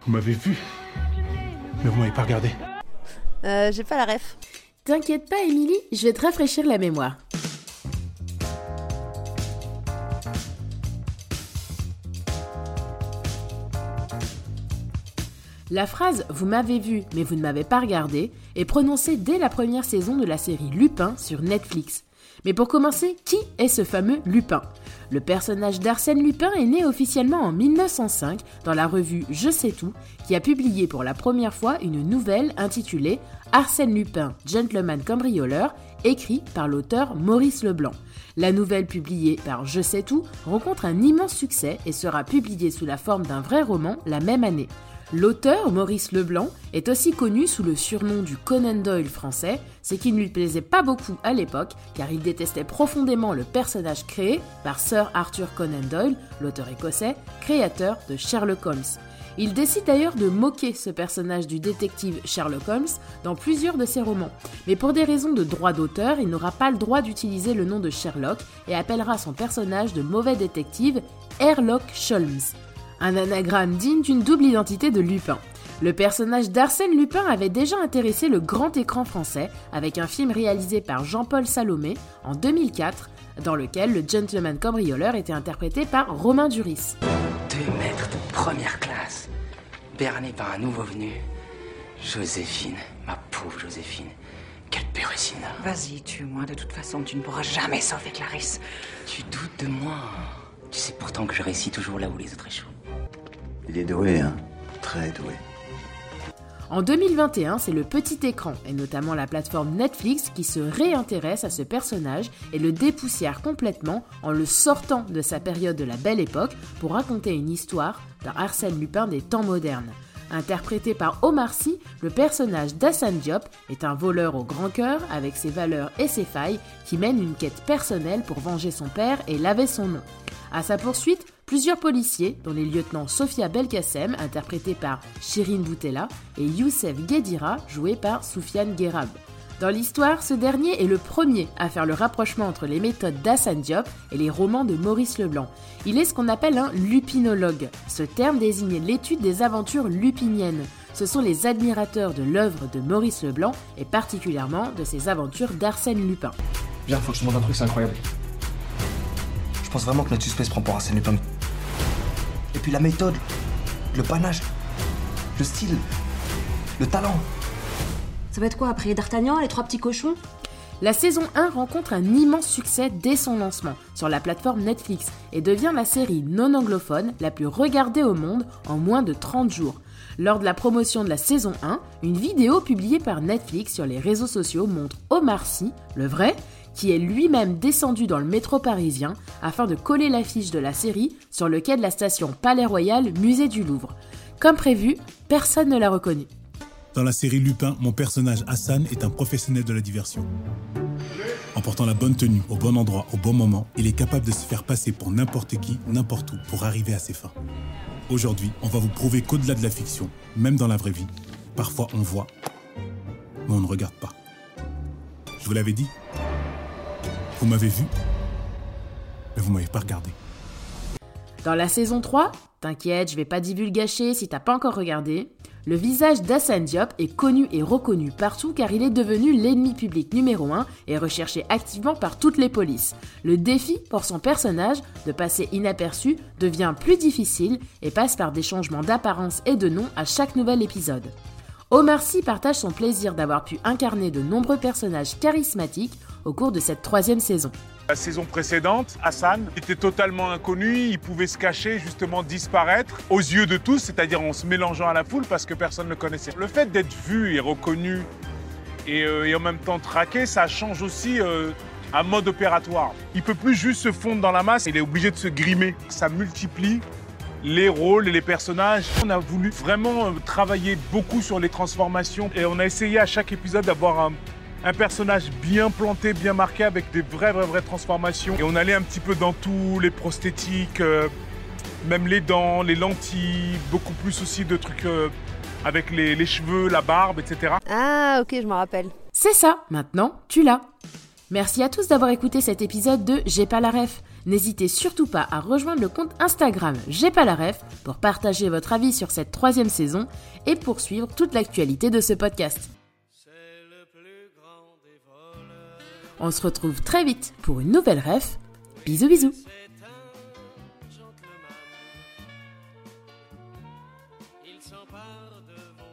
Vous m'avez vu, mais vous m'avez pas regardé. J'ai pas la ref. T'inquiète pas, Émilie, je vais te rafraîchir la mémoire. La phrase « Vous m'avez vu, mais vous ne m'avez pas regardé » est prononcée dès la première saison de la série Lupin sur Netflix. Mais pour commencer, qui est ce fameux Lupin ? Le personnage d'Arsène Lupin est né officiellement en 1905 dans la revue Je sais tout, qui a publié pour la première fois une nouvelle intitulée « Arsène Lupin, gentleman cambrioleur » écrit par l'auteur Maurice Leblanc. La nouvelle publiée par Je sais tout rencontre un immense succès et sera publiée sous la forme d'un vrai roman la même année. L'auteur, Maurice Leblanc, est aussi connu sous le surnom du Conan Doyle français, ce qui ne lui plaisait pas beaucoup à l'époque, car il détestait profondément le personnage créé par Sir Arthur Conan Doyle, l'auteur écossais, créateur de Sherlock Holmes. Il décide d'ailleurs de moquer ce personnage du détective Sherlock Holmes dans plusieurs de ses romans. Mais pour des raisons de droit d'auteur, il n'aura pas le droit d'utiliser le nom de Sherlock et appellera son personnage de mauvais détective Herlock Sholmes. Un anagramme digne d'une double identité de Lupin. Le personnage d'Arsène Lupin avait déjà intéressé le grand écran français avec un film réalisé par Jean-Paul Salomé en 2004, dans lequel le gentleman cambrioleur était interprété par Romain Duris. 2 maîtres de première classe, berné par un nouveau venu. Joséphine, ma pauvre Joséphine. Quelle périssine. Vas-y, tue-moi, de toute façon, tu ne pourras jamais sauver Clarisse. Tu doutes de moi. Tu sais pourtant que je réussis toujours là où les autres échouent. Il est doué, hein. Très doué. En 2021, c'est le petit écran, et notamment la plateforme Netflix, qui se réintéresse à ce personnage et le dépoussière complètement en le sortant de sa période de la Belle Époque pour raconter une histoire d'un Arsène Lupin des temps modernes. Interprété par Omar Sy, le personnage d'Hassane Diop est un voleur au grand cœur avec ses valeurs et ses failles qui mène une quête personnelle pour venger son père et laver son nom. À sa poursuite, plusieurs policiers, dont les lieutenants Sofia Belkacem, interprétée par Shirin Boutella, et Youssef Guedira, joué par Soufiane Guerab. Dans l'histoire, ce dernier est le premier à faire le rapprochement entre les méthodes d'Hassane Diop et les romans de Maurice Leblanc. Il est ce qu'on appelle un lupinologue. Ce terme désigne l'étude des aventures lupiniennes. Ce sont les admirateurs de l'œuvre de Maurice Leblanc et particulièrement de ses aventures d'Arsène Lupin. Viens, faut que je te montre un truc, c'est incroyable. Je pense vraiment que notre suspect se prend pour Arsène Lupin. Et puis la méthode, le panache, le style, le talent. Ça va être quoi après D'Artagnan, les 3 petits cochons ? La saison 1 rencontre un immense succès dès son lancement sur la plateforme Netflix et devient la série non anglophone la plus regardée au monde en moins de 30 jours. Lors de la promotion de la saison 1, une vidéo publiée par Netflix sur les réseaux sociaux montre Omar Sy, le vrai, qui est lui-même descendu dans le métro parisien afin de coller l'affiche de la série sur le quai de la station Palais Royal, musée du Louvre. Comme prévu, personne ne l'a reconnu. Dans la série Lupin, mon personnage Hassan est un professionnel de la diversion. En portant la bonne tenue, au bon endroit, au bon moment, il est capable de se faire passer pour n'importe qui, n'importe où, pour arriver à ses fins. Aujourd'hui, on va vous prouver qu'au-delà de la fiction, même dans la vraie vie, parfois on voit, mais on ne regarde pas. Je vous l'avais dit, vous m'avez vu, mais vous m'avez pas regardé. Dans la saison 3, t'inquiète, je vais pas divulgacher si t'as pas encore regardé, le visage d'Hassane Diop est connu et reconnu partout car il est devenu l'ennemi public numéro 1 et recherché activement par toutes les polices. Le défi pour son personnage de passer inaperçu devient plus difficile et passe par des changements d'apparence et de nom à chaque nouvel épisode. Omar Sy partage son plaisir d'avoir pu incarner de nombreux personnages charismatiques au cours de cette 3e saison. La saison précédente, Hassan était totalement inconnu, il pouvait se cacher, justement disparaître aux yeux de tous, c'est-à-dire en se mélangeant à la foule parce que personne ne le connaissait. Le fait d'être vu et reconnu et en même temps traqué, ça change aussi un mode opératoire. Il ne peut plus juste se fondre dans la masse, il est obligé de se grimer. Ça multiplie les rôles et les personnages. On a voulu vraiment travailler beaucoup sur les transformations et on a essayé à chaque épisode d'avoir un personnage bien planté, bien marqué, avec des vraies transformations. Et on allait un petit peu dans tout, les prosthétiques, même les dents, les lentilles, beaucoup plus aussi de trucs avec les cheveux, la barbe, etc. Ah, ok, je m'en rappelle. C'est ça, maintenant, tu l'as. Merci à tous d'avoir écouté cet épisode de J'ai pas la ref. N'hésitez surtout pas à rejoindre le compte Instagram J'ai pas la ref pour partager votre avis sur cette 3e saison et poursuivre toute l'actualité de ce podcast. On se retrouve très vite pour une nouvelle ref. Bisous bisous. Il s'empare de